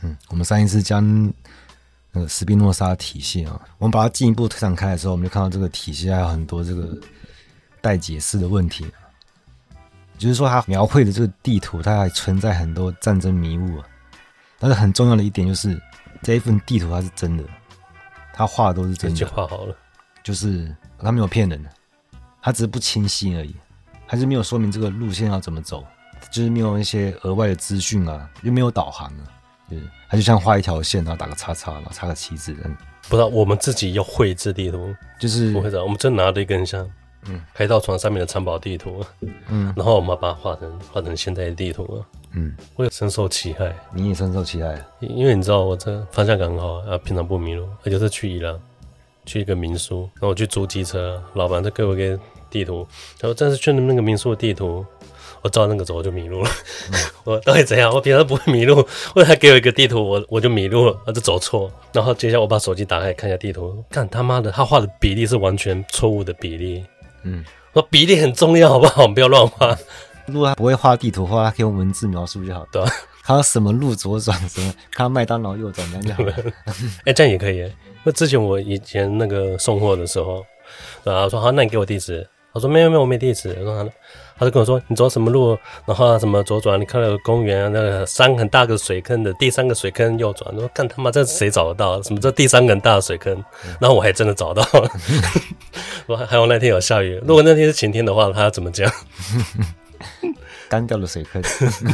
我们上一次将那个斯宾诺莎体系啊，我们把它进一步推展开的时候，我们就看到这个体系还有很多这个待解释的问题，就是说它描绘的这个地图，它还存在很多战争迷雾啊。但是很重要的一点就是，这一份地图它是真的，它画的都是真的， 已经画好了， 就是它没有骗人的，它只是不清晰而已，还是没有说明这个路线要怎么走，就是没有一些额外的资讯啊，又没有导航啊，就是它就像画一条线，然后打个叉叉，然后插个旗子的。 不知道我们自己要绘制地图， 就是不会的，我们真拿了一根像海盗船上面的藏宝地图，然后我们把它画成现在的地图啊。我也深受其害。 你也深受其害， 因为你知道我这方向感很好啊，平常不迷路，而且是去宜兰，去一个民宿，然后我去租机车，老板再给我一个地图，然后这是去那个民宿的地图，我照那个走我就迷路了。我到底怎样？我平常不会迷路，为啥给我一个地图我就迷路了，我就走错。然后接下来我把手机打开看一下地图，看他妈的他画的比例是完全错误的比例。我说比例很重要好不好？不要乱画。 如果他不会画地图的话，他可以用文字描述就好。 对啊， 看到什么路左转什么，看到麦当劳右转这样就好了。 这样也可以耶。那之前我以前那个送货的时候，对啊，我说好，那你给我地址。他说没有，我没地址。我说他就跟我说你走什么路，然后什么左转，你看到有公园啊，那个3很大个水坑的第3个水坑右转。我说干他妈这谁找得到？什么这第3个很大的水坑？然后我还真的找到了。还有那天有下雨，如果那天是晴天的话，他要怎么讲？ 干掉了水坑。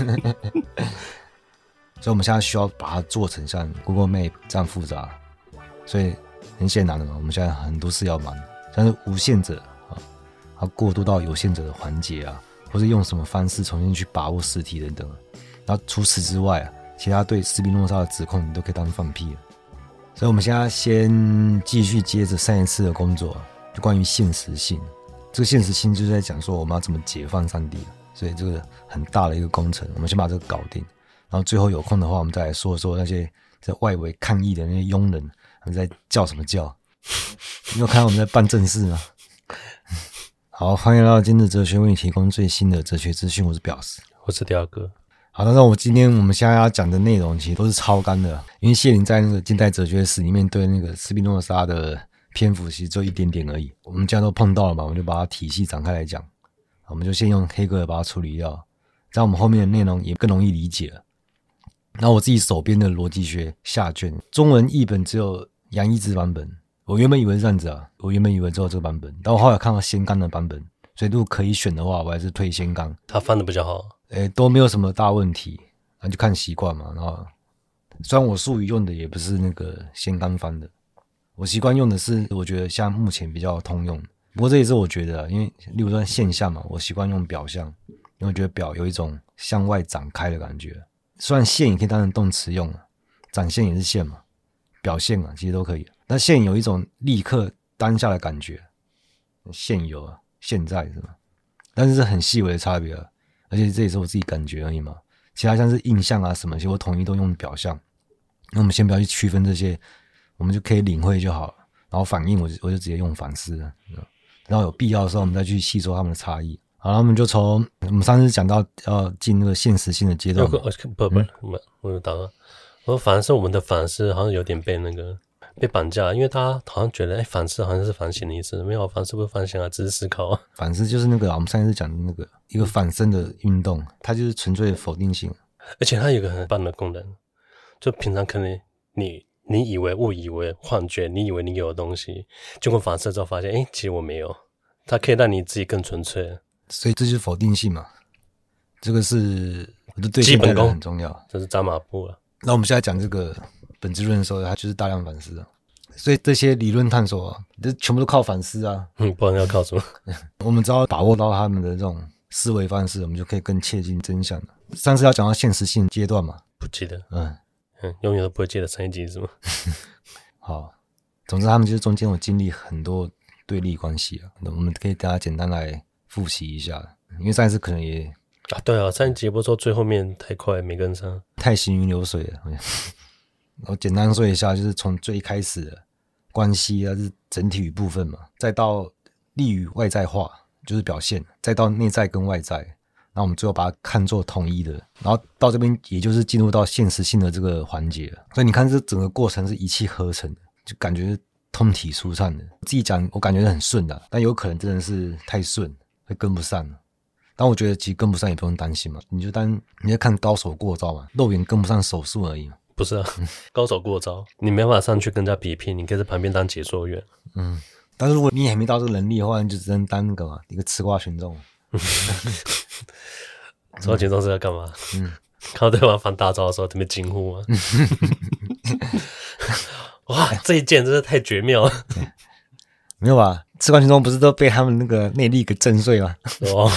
所以我们现在需要把它做成像 Google Map 这样复杂，所以很显然的嘛，我们现在很多事要忙，像是无限者啊，它过渡到有限者的环节啊，或是用什么方式重新去把握实体等等。然后除此之外啊，其他对斯宾诺莎的指控你都可以当放屁了。所以我们现在先继续接着上一次的工作，就关于现实性。这个现实性就是在讲说我们要怎么解放上帝，所以这个很大的一个工程，我们先把这个搞定，然后最后有空的话，我们再来说说那些在外围抗议的那些佣人，他们在叫什么叫？你有看到我们在办正事吗？好，欢迎来到今日哲学，为你提供最新的哲学资讯。我是表示， 我是第二个。 好，那我们现在要讲的内容其实都是超干的，因为谢林在那个近代哲学史里面对那个斯宾诺莎的篇幅其实只有一点点而已。我们既然都碰到了嘛，我们就把它体系展开来讲。我们就先用黑格尔把它处理掉，这样我们后面的内容也更容易理解了。然后我自己手边的逻辑学下卷，中文译本只有杨一之版本。我原本以为是这样子啊，我原本以为只有这个版本，但我后来看到仙冈的版本，所以如果可以选的话，我还是推仙冈。 他翻的比较好， 都没有什么大问题，那就看习惯嘛。然后虽然我术语用的也不是那个仙冈翻的，我习惯用的是我觉得像目前比较通用。不过这也是我觉得啊，因为例如说现象嘛，我习惯用表象，因为我觉得表有一种向外展开的感觉。虽然现也可以当成动词用啊，展现也是现嘛，表现啊其实都可以。但现有一种立刻当下的感觉，现有啊，现在是吧？但是是很细微的差别啊，而且这也是我自己感觉而已嘛。其他像是印象啊什么，其实我统一都用表象。那我们先不要去区分这些，我们就可以领会就好了。然后反应我就直接用反思了。然后有必要的时候，我们再去细说他们的差异。好，那我们就从我们上次讲到要进那个现实性的阶段。 我有打断。我说反思，我们的反思好像有点被绑架，因为他好像觉得反思好像是反省的意思，没有，反思不是反省啊，只是思考啊。 反思就是那个我们上次讲的那个一个反身的运动，它就是纯粹的否定性。 而且它有一个很棒的功能，就平常可能你以为误以为幻觉，你以为你有的东西，经过反射之后发现其实我没有，它可以让你自己更纯粹。 所以这就是否定性嘛，这个是我的对现代人很重要， 这是扎马步了。 那我们现在讲这个本质论的时候，它就是大量反思啊。所以这些理论探索啊，这全部都靠反思啊。 不然要靠什么？ 我们只要把握到他们的这种思维方式，我们就可以更切近真相了。上次要讲到现实性阶段嘛， 不记得。 永远都不会记得上一集是吗？ 好，总之他们就是中间有经历很多对立关系啊，我们可以大家简单来复习一下，因为上一次可能也对啊，上一集不是说最后面太快没跟上， 太行云流水了。我简单说一下，就是从最开始的关系啊，是整体与部分嘛，再到力与外在化，就是表现，再到内在跟外在，然那我们最后把它看作统一的，然后到这边也就是进入到现实性的这个环节了。所以你看这整个过程是一气呵成的，就感觉通体舒畅的。自己讲我感觉很顺的，但有可能真的是太顺会跟不上了。但我觉得其实跟不上也不用担心嘛，你就当你在看高手过招嘛，肉眼跟不上手速而已嘛。 不是啊，高手过招，你没办法上去跟人家比拼，你可以在旁边当解说员。 但是如果你还没到这个能力的话，你就只能当那个嘛，一个吃瓜群众。 吃瓜群众是要干嘛？看到对方放大招的时候，特别惊呼吗？哇，这一剑真是太绝妙了！ 没有吧？吃瓜群众不是都被他们那个内力给震碎吗？ 哦，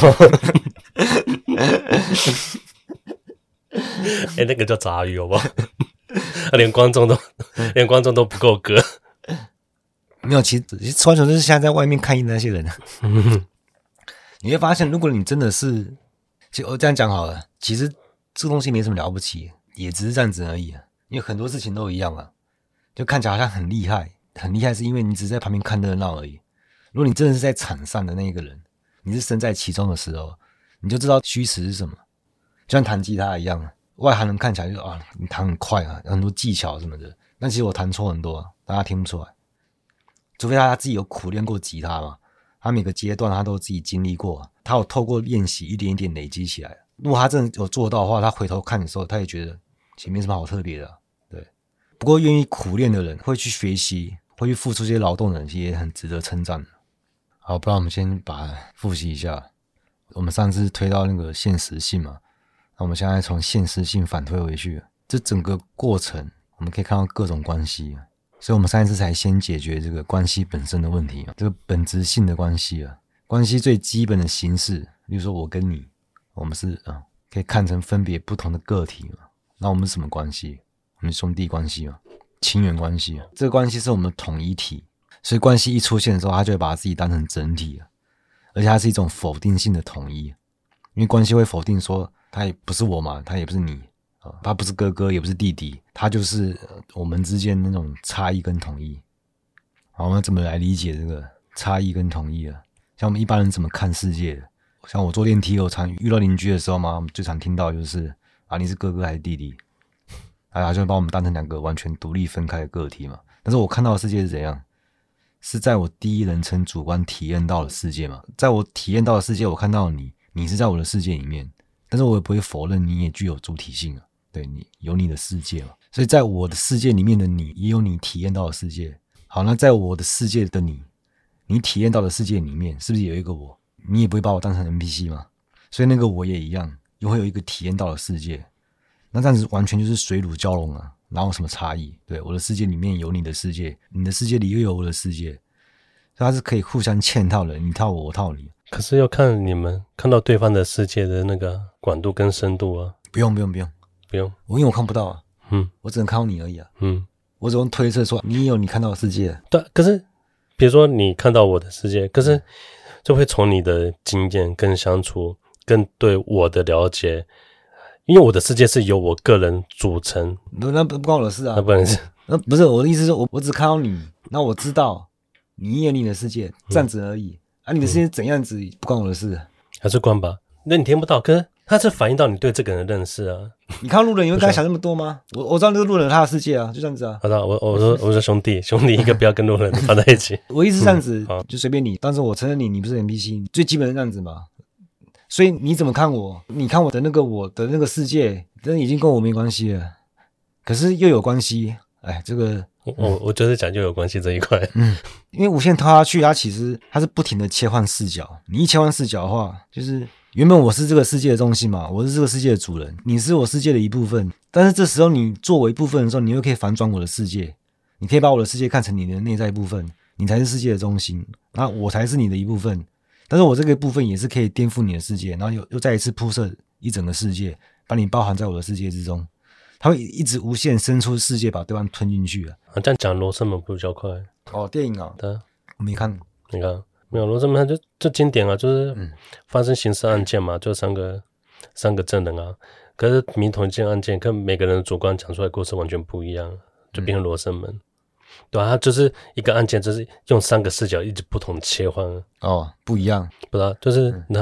那个叫杂鱼好不好？连观众都不够格。 没有，其实吃瓜群众就是现在在外面看的那些人。你会发现，如果你真的是，其实我这样讲好了，其实这个东西没什么了不起，也只是这样子而已。因为很多事情都一样啊，就看起来好像很厉害，很厉害是因为你只是在旁边看热闹而已。如果你真的是在场上的那一个人，你是身在其中的时候，你就知道虚实是什么。就像弹吉他一样，外行人看起来就你弹很快啊，有很多技巧什么的，但其实我弹错很多啊，大家听不出来。除非他自己有苦练过吉他嘛，他每个阶段他都自己经历过，他有透过练习一点一点累积起来。如果他真的有做到的话，他回头看的时候，他也觉得其实没什么好特别的啊。对，不过愿意苦练的人，会去学习，会去付出这些劳动的人，其实也很值得称赞的。好，不然我们先把它复习一下。我们上次推到那个现实性嘛，那我们现在从现实性反推回去，这整个过程我们可以看到各种关系。所以我们上一次才先解决这个关系本身的问题，这个本质性的关系啊，关系最基本的形式，例如说我跟你，我们是可以看成分别不同的个体嘛。那我们是什么关系？我们是兄弟关系嘛，亲缘关系啊，这个关系是我们的统一体。所以关系一出现的时候，他就会把自己当成整体了，而且它是一种否定性的统一，因为关系会否定说他也不是我嘛，他也不是你。他不是哥哥也不是弟弟，他就是我们之间那种差异跟统一。好，我们怎么来理解这个差异跟统一啊？像我们一般人怎么看世界的？像我坐电梯，我常遇到邻居的时候嘛，我们最常听到就是你是哥哥还是弟弟？他就把我们当成两个完全独立分开的个体嘛。但是我看到的世界是怎样？是在我第一人称主观体验到的世界嘛？在我体验到的世界，我看到你，你是在我的世界里面，但是我也不会否认你也具有主体性啊。对，你有你的世界嘛，所以在我的世界里面的你也有你体验到的世界。好，那在我的世界的你体验到的世界里面是不是有一个我？你也不会把我当成 NPC 嘛，所以那个我也一样，又会有一个体验到的世界。那这样子完全就是水乳交融啊，哪有什么差异？对，我的世界里面有你的世界，你的世界里又有我的世界，所以它是可以互相嵌套的，你套我，我套你。 可是要看你们看到对方的世界的那个广度跟深度啊。 不用，因为我看不到啊，我只能看到你而已啊，我只用推测说你有你看到的世界。 对，可是比如说你看到我的世界，可是就会从你的经验跟相处跟对我的了解，因为我的世界是由我个人组成， 那不关我的事啊， 那不然是那不是我的意思是我只看到你，那我知道你有你的世界，这样子而已你的世界怎样子不关我的事， 还是关吧？那你听不到，可是它是反映到你对这个人的认识啊。 你看到路人，你会跟他想那么多吗？我知道那个路人有他的世界啊，就这样子啊。 好的，我说兄弟一个不要跟路人放在一起。 我意思是这样子，就随便你。但是我承认你不是 NPC， 最基本的这样子嘛。所以你怎么看我？你看我的那个世界，真的已经跟我没关系了。可是又有关系，这个我就是讲就有关系这一块。 因为无限套下去，它其实它是不停的切换视角。你一切换视角的话，就是原本我是这个世界的中心嘛，我是这个世界的主人，你是我世界的一部分。但是这时候你作为一部分的时候，你又可以反转我的世界，你可以把我的世界看成你的内在部分，你才是世界的中心，那我才是你的一部分。但是我这个部分也是可以颠覆你的世界，然后又再一次铺设一整个世界，把你包含在我的世界之中。它会一直无限伸出世界，把对方吞进去啊！ 这样讲罗生门不比较快？ 电影啊， 对， 我没看。 你看没有罗生门，它就经典啊，就是发生刑事案件嘛，就三个证人啊，可是明同一件案件，跟每个人的主观讲出来的故事完全不一样，就变成罗生门。对啊，它就是一个案件，就是用3个视角一直不同的切换。 不一样， 不知道，就是那。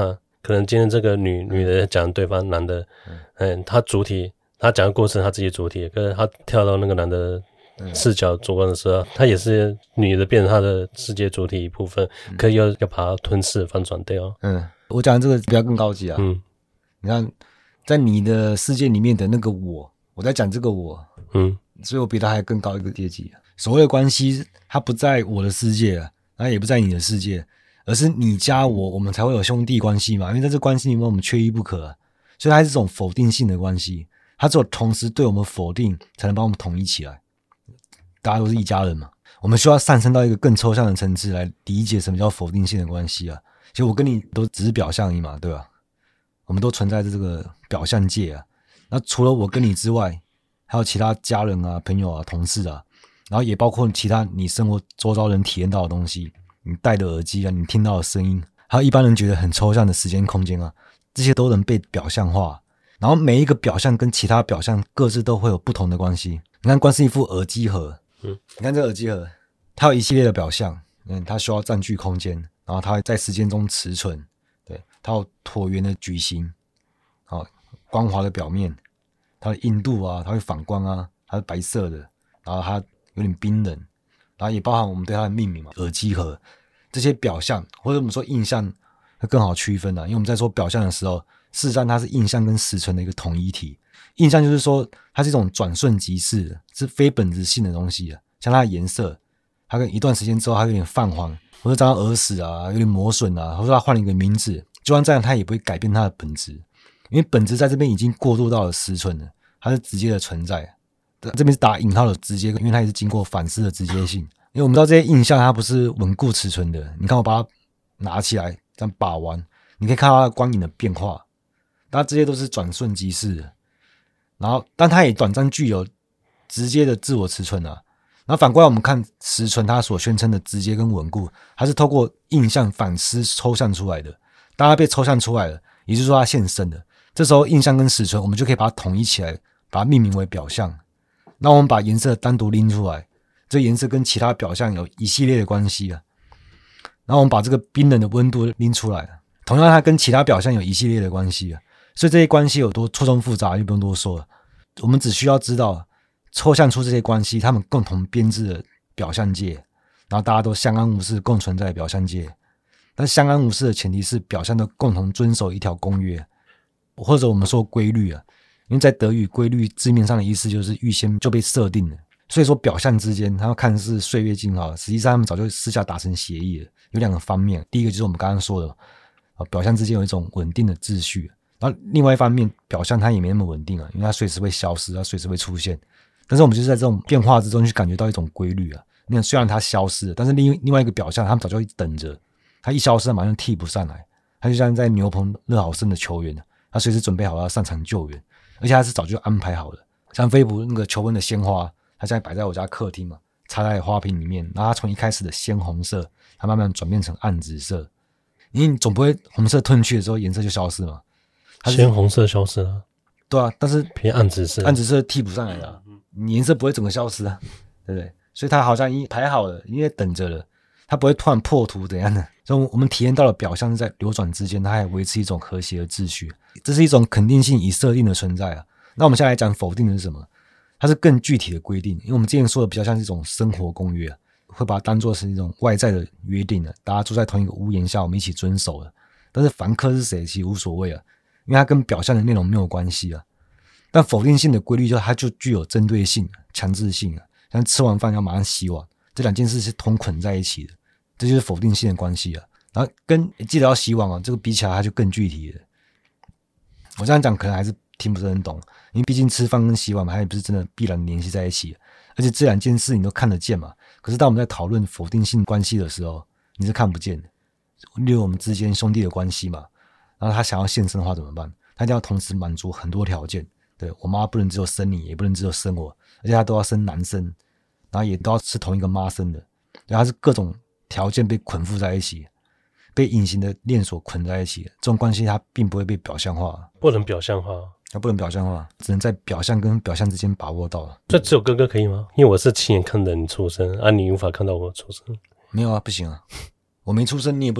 可能今天这个女的讲对方男的，他主体他讲的过程他自己主体，可是他跳到那个男的视角主观的时候，他也是女的变成他的世界主体一部分，可以要把它吞噬翻转掉。 我讲的这个比较更高级啊。你看，在你的世界里面的那个我在讲这个我，所以我比他还更高一个阶级。所谓的关系，它不在我的世界啊，它也不在你的世界，而是你加我们才会有兄弟关系嘛。因为在这关系里面，我们缺一不可啊，所以它是这种否定性的关系。它只有同时对我们否定，才能把我们统一起来。大家都是一家人嘛，我们需要上升到一个更抽象的层次来理解什么叫否定性的关系啊。其实我跟你都只是表象而已嘛，对吧？我们都存在着这个表象界啊。那除了我跟你之外，还有其他家人啊、朋友啊、同事啊，然后也包括其他你生活周遭人体验到的东西，你戴的耳机啊，你听到的声音，还有一般人觉得很抽象的时间空间啊，这些都能被表象化。然后每一个表象跟其他表象各自都会有不同的关系。你看，光是一副耳机盒，你看这个耳机盒，它有一系列的表象，它需要占据空间，然后它会在时间中持存，对，它有椭圆的矩形，光滑的表面，它的硬度啊，它会反光啊，它是白色的，然后它有点冰冷，然后也包含我们对它的命名嘛，耳机盒这些表象，或者我们说印象会更好区分啊，因为我们在说表象的时候，事实上它是印象跟实存的一个统一体。印象就是说它是一种转瞬即逝的，是非本质性的东西啊，像它的颜色，它跟一段时间之后它有点泛黄，或者沾到耳屎啊，有点磨损啊，或者它换了一个名字，就算这样它也不会改变它的本质，因为本质在这边已经过渡到了实存了，它是直接的存在。这边是打引号的直接，因为它也是经过反思的直接性。因为我们知道这些印象它不是稳固持存的，你看我把它拿起来这样把玩，你可以看到它的光影的变化，那这些都是转瞬即逝的。然后但它也短暂具有直接的自我持存啊。然后反过来我们看实存它所宣称的直接跟稳固，它是透过印象反思抽象出来的。当它被抽象出来了，也就是说它现身了，这时候印象跟实存我们就可以把它统一起来，把它命名为表象。那我们把颜色单独拎出来，这颜色跟其他表象有一系列的关系啊。然后我们把这个冰冷的温度拎出来，同样它跟其他表象有一系列的关系啊。所以这些关系有多错综复杂就不用多说了，我们只需要知道抽象出这些关系，他们共同编织的表象界，然后大家都相安无事共存在表象界。但相安无事的前提是表象都共同遵守一条公约，或者我们说规律啊。因为在德语规律字面上的意思就是预先就被设定了，所以说表象之间他们看似岁月静好，实际上他们早就私下达成协议了。有两个方面，第一个就是我们刚刚说的表象之间有一种稳定的秩序，然后另外一方面表象它也没那么稳定啊，因为它随时会消失，它随时会出现。但是我们就是在这种变化之中去感觉到一种规律啊。那个虽然它消失了，但是另外一个表象他们早就等着，它一消失它马上替补上来，它就像在牛棚热好生的球员，他随时准备好要上场救援，而且他是早就安排好了。像飞捕那个求婚的鲜花，它现在摆在我家客厅嘛，插在花瓶里面，然后它从一开始的鲜红色，它慢慢转变成暗紫色。因为你总不会红色褪去的时候颜色就消失嘛， 鲜红色消失了， 对啊，但是偏暗紫色， 暗紫色替补上来了，你颜色不会整个消失啊，对不对？所以它好像已经排好了，因为等着了，它不会突然破图怎样的。所以我们体验到了表象是在流转之间，它还维持一种和谐的秩序，这是一种肯定性已设定的存在啊。那我们现在来讲否定的是什么？它是更具体的规定，因为我们之前说的比较像是一种生活公约啊，会把它当作是一种外在的约定的，大家住在同一个屋檐下，我们一起遵守的。但是凡客是谁其实无所谓啊，因为它跟表象的内容没有关系啊。但否定性的规律它就具有针对性、强制性啊，像吃完饭要马上洗碗，这两件事是同捆在一起的，这就是否定性的关系啊。然后跟记得要洗碗啊，这个比起来它就更具体了。我这样讲可能还是听不是很懂，因为毕竟吃饭跟洗碗嘛，它也不是真的必然联系在一起，而且这两件事你都看得见嘛。可是当我们在讨论否定性关系的时候，你是看不见的。例如我们之间兄弟的关系嘛，然后他想要现身的话怎么办？他一定要同时满足很多条件。对，我妈不能只有生你，也不能只有生我，而且他都要生男生，然后也都要是同一个妈生的。对，他是各种条件被捆缚在一起，被隐形的链锁捆在一起，这种关系它并不会被表象化， 不能表象化， 它不能表象化，只能在表象跟表象之间把握到了。 这只有哥哥可以吗？因为我是亲眼看着你出生啊，你无法看到我出生。 没有啊，不行啊，我没出生你也不能啊。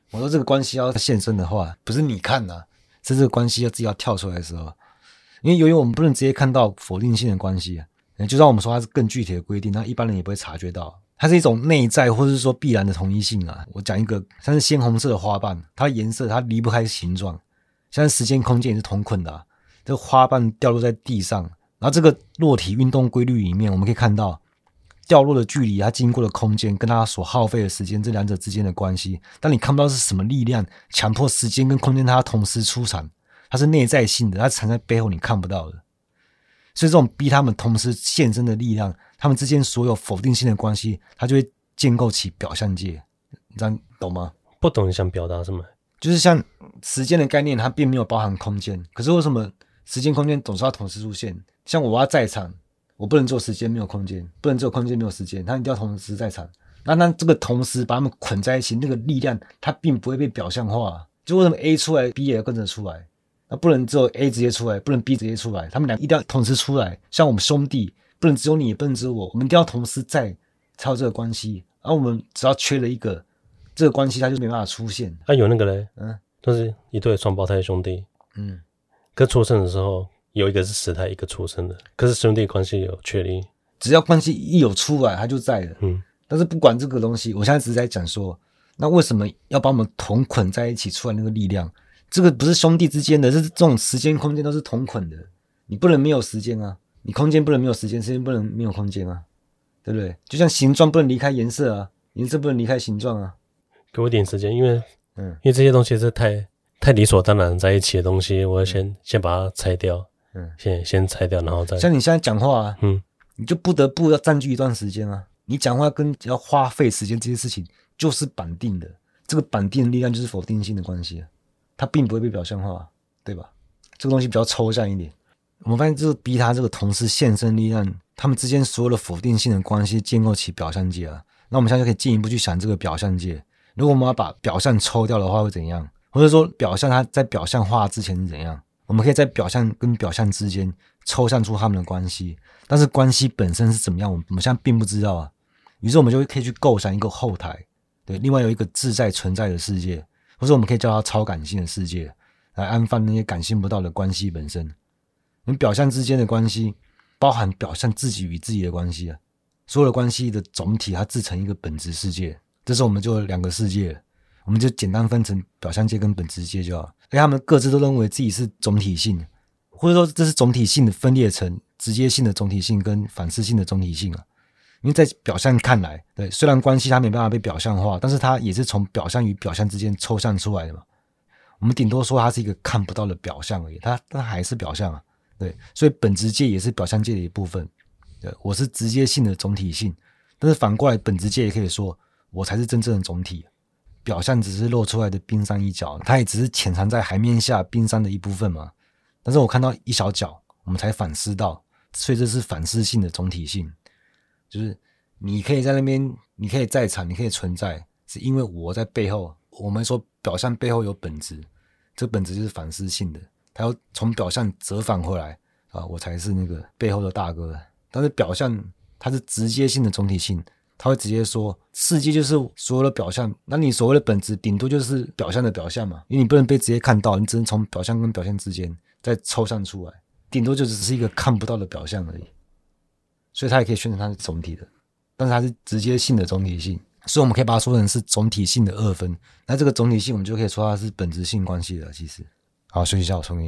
我说这个关系要现身的话，不是你看啊，是这个关系要自己要跳出来的时候。因为由于我们不能直接看到否定性的关系啊，就算我们说它是更具体的规定，那一般人也不会察觉到。它是一种内在或者是说必然的同一性啊。我讲一个像是鲜红色的花瓣，它的颜色它离不开形状，像时间空间也是同捆的啊。这个花瓣掉落在地上，然后这个落体运动规律里面，我们可以看到掉落的距离，它经过的空间跟它所耗费的时间，这两者之间的关系。但你看不到是什么力量强迫时间跟空间它同时出产，它是内在性的，它藏在背后你看不到的。所以这种逼他们同时现身的力量，他们之间所有否定性的关系，它就会建构起表象界。你这样懂吗？ 不懂你想表达什么？ 就是像时间的概念，它并没有包含空间，可是为什么时间空间总是要同时出现？像我要在场，我不能做时间没有空间，不能只有空间没有时间，它一定要同时在场。那这个同时把它们捆在一起，那个力量它并不会被表象化。就为什么 A 出来 B 也要跟着出来？那不能只有 A 直接出来，不能 B 直接出来，他们俩一定要同时出来。像我们兄弟，不能只有你，也不能只有我，我们一定要同时在才有这个关系。然后我们只要缺了一个，这个关系它就没办法出现。 有那个嘞，都是一对双胞胎兄弟，可出生的时候有一个是死胎，一个出生的，可是兄弟关系有确立， 只要关系一有出来，它就在了。但是不管这个东西，我现在只是在讲说，那为什么要把我们同捆在一起出来那个力量？这个不是兄弟之间的，是这种时间空间都是同捆的，你不能没有时间啊，你空间不能没有时间，时间不能没有空间啊，对不对？就像形状不能离开颜色啊，颜色不能离开形状啊。 给我一点时间，因为这些东西是太理所当然在一起的东西，我要先把它拆掉，先拆掉，然后再像你现在讲话啊，你就不得不要占据一段时间啊，你讲话跟要花费时间这些事情就是绑定的，这个绑定的力量就是否定性的关系啊。它并不会被表象化，对吧？这个东西比较抽象一点。我们发现这个逼他这个同时现身力量，他们之间所有的否定性的关系建构起表象界啊。那我们现在就可以进一步去想这个表象界，如果我们要把表象抽掉的话会怎样？或者说表象它在表象化之前是怎样？我们可以在表象跟表象之间抽象出他们的关系，但是关系本身是怎么样，我们现在并不知道啊。于是我们就可以去构想一个后台，对，另外有一个自在存在的世界。或者我们可以叫它超感性的世界，来安放那些感性不到的关系本身。因为表象之间的关系包含表象自己与自己的关系啊，所有的关系的总体它自成一个本质世界。这时候我们就有两个世界了，我们就简单分成表象界跟本质界就好。而他们各自都认为自己是总体性，或者说这是总体性的分裂成直接性的总体性跟反思性的总体性啊。因为在表象看来，对，虽然关系它没办法被表象化，但是它也是从表象与表象之间抽象出来的嘛。我们顶多说它是一个看不到的表象而已，它还是表象啊，对，所以本质界也是表象界的一部分。对，我是直接性的总体性，但是反过来本质界也可以说我才是真正的总体。表象只是露出来的冰山一角，它也只是潜藏在海面下冰山的一部分嘛。但是我看到一小角，我们才反思到，所以这是反思性的总体性。就是你可以在那边，你可以在场，你可以存在，是因为我在背后。我们说表象背后有本质，这本质就是反思性的，它要从表象折返回来啊，我才是那个背后的大哥。但是表象它是直接性的总体性，它会直接说世界就是所有的表象，那你所谓的本质顶多就是表象的表象嘛，因为你不能被直接看到，你只能从表象跟表象之间再抽象出来，顶多就只是一个看不到的表象而已。所以它也可以宣称它是总体的，但是它是直接性的总体性，所以我们可以把它说成是总体性的二分。那这个总体性我们就可以说它是本质性关系了。其实好，休息一下，我重新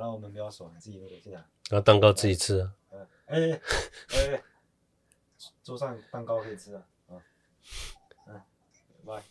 那我们不要手，你自己那个进来。 然后蛋糕自己吃啊。 桌上蛋糕可以吃啊。拜。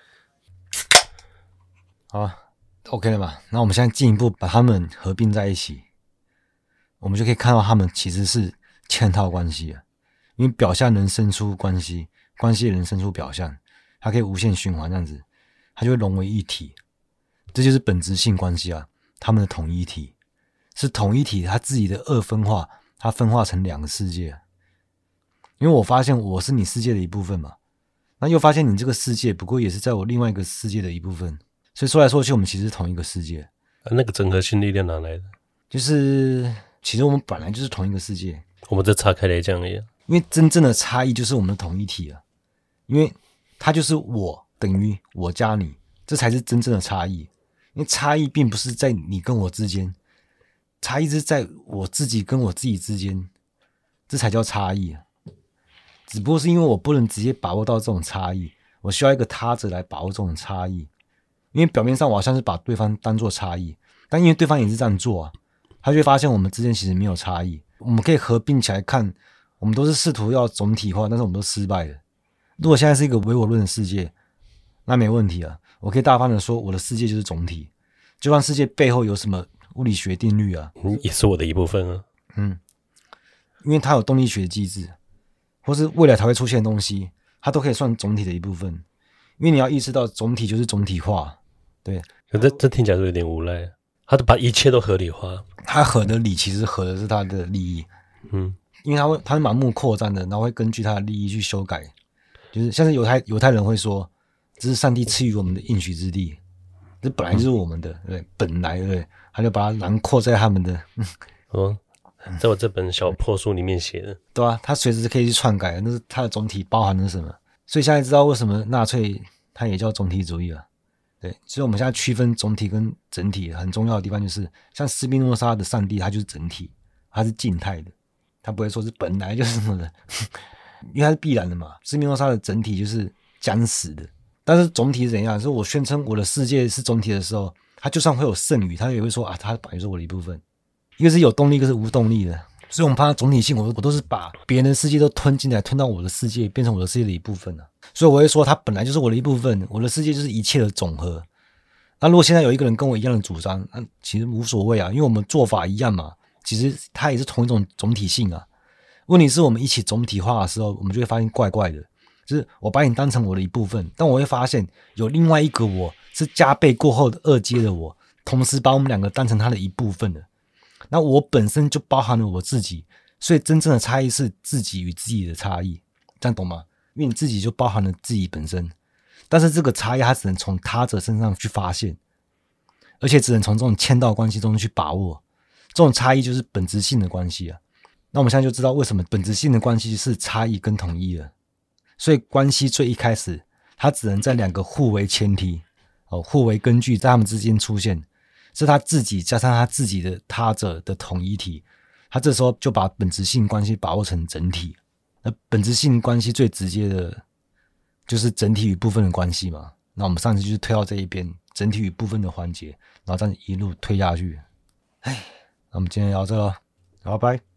好 ，OK 了吧？那我们现在进一步把它们合并在一起，我们就可以看到它们其实是嵌套关系啊。因为表象能生出关系，关系也能生出表象，它可以无限循环这样子，它就会融为一体。这就是本质性关系啊，它们的统一体是统一体，它自己的二分化，它分化成两个世界。因为我发现我是你世界的一部分嘛，那又发现你这个世界不过也是在我另外一个世界的一部分，所以说来说去我们其实是同一个世界。 那个整合性力量哪来的？ 就是其实我们本来就是同一个世界， 我们这拆开来讲而已。 因为真正的差异就是我们的统一体啊，因为它就是我等于我加你，这才是真正的差异。因为差异并不是在你跟我之间，差异是在我自己跟我自己之间，这才叫差异啊。只不过是因为我不能直接把握到这种差异，我需要一个他者来把握这种差异。因为表面上我好像是把对方当作差异，但因为对方也是这样做啊，他就会发现我们之间其实没有差异。我们可以合并起来看，我们都是试图要总体化，但是我们都失败了。如果现在是一个唯我论的世界，那没问题啊，我可以大方的说我的世界就是总体，就算世界背后有什么物理学定律啊， 也是我的一部分啊。 因为它有动力学机制，或是未来才会出现的东西，它都可以算总体的一部分。因为你要意识到总体就是总体化，对。 可这听起来是有点无赖，他都把一切都合理化。 他合的理其实合的是他的利益，因为他会盲目扩张的，然后会根据他的利益去修改。就是像是犹太人会说，这是上帝赐予我们的应许之地，这本来就是我们的，对，本来对，他就把它囊括在他们的。 在我这本小破书里面写的， 对啊，他随时可以去篡改，那是他的总体包含了什么？所以现在知道为什么纳粹它也叫总体主义了。对，所以我们现在区分总体跟整体很重要的地方就是，像斯宾诺莎的上帝，它就是整体，它是静态的，它不会说是本来就是什么的，因为它是必然的嘛。斯宾诺莎的整体就是僵死的，但是总体是怎样？就是我宣称我的世界是总体的时候，它就算会有剩余，它也会说啊，它本来就是我的一部分。一个是有动力，一个是无动力的。所以我们怕总体性，我都是把别人的世界都吞进来，吞到我的世界，变成我的世界的一部分了。所以我会说，它本来就是我的一部分，我的世界就是一切的总和。那如果现在有一个人跟我一样的主张，那其实无所谓啊，因为我们做法一样嘛。其实它也是同一种总体性啊。问题是我们一起总体化的时候，我们就会发现怪怪的，就是我把你当成我的一部分，但我会发现有另外一个我是加倍过后的二阶的我，同时把我们两个当成它的一部分的。那我本身就包含了我自己，所以真正的差异是自己与自己的差异，这样懂吗？因为你自己就包含了自己本身，但是这个差异它只能从他者身上去发现，而且只能从这种嵌套关系中去把握。这种差异就是本质性的关系啊。那我们现在就知道为什么本质性的关系是差异跟统一了。所以关系最一开始，它只能在两个互为前提、互为根据，在他们之间出现。是他自己加上他自己的他者的统一体，他这时候就把本质性关系把握成整体。那本质性关系最直接的就是整体与部分的关系嘛。那我们上次就是推到这一边，整体与部分的环节，然后这样一路推下去。那我们今天聊这了，好，拜。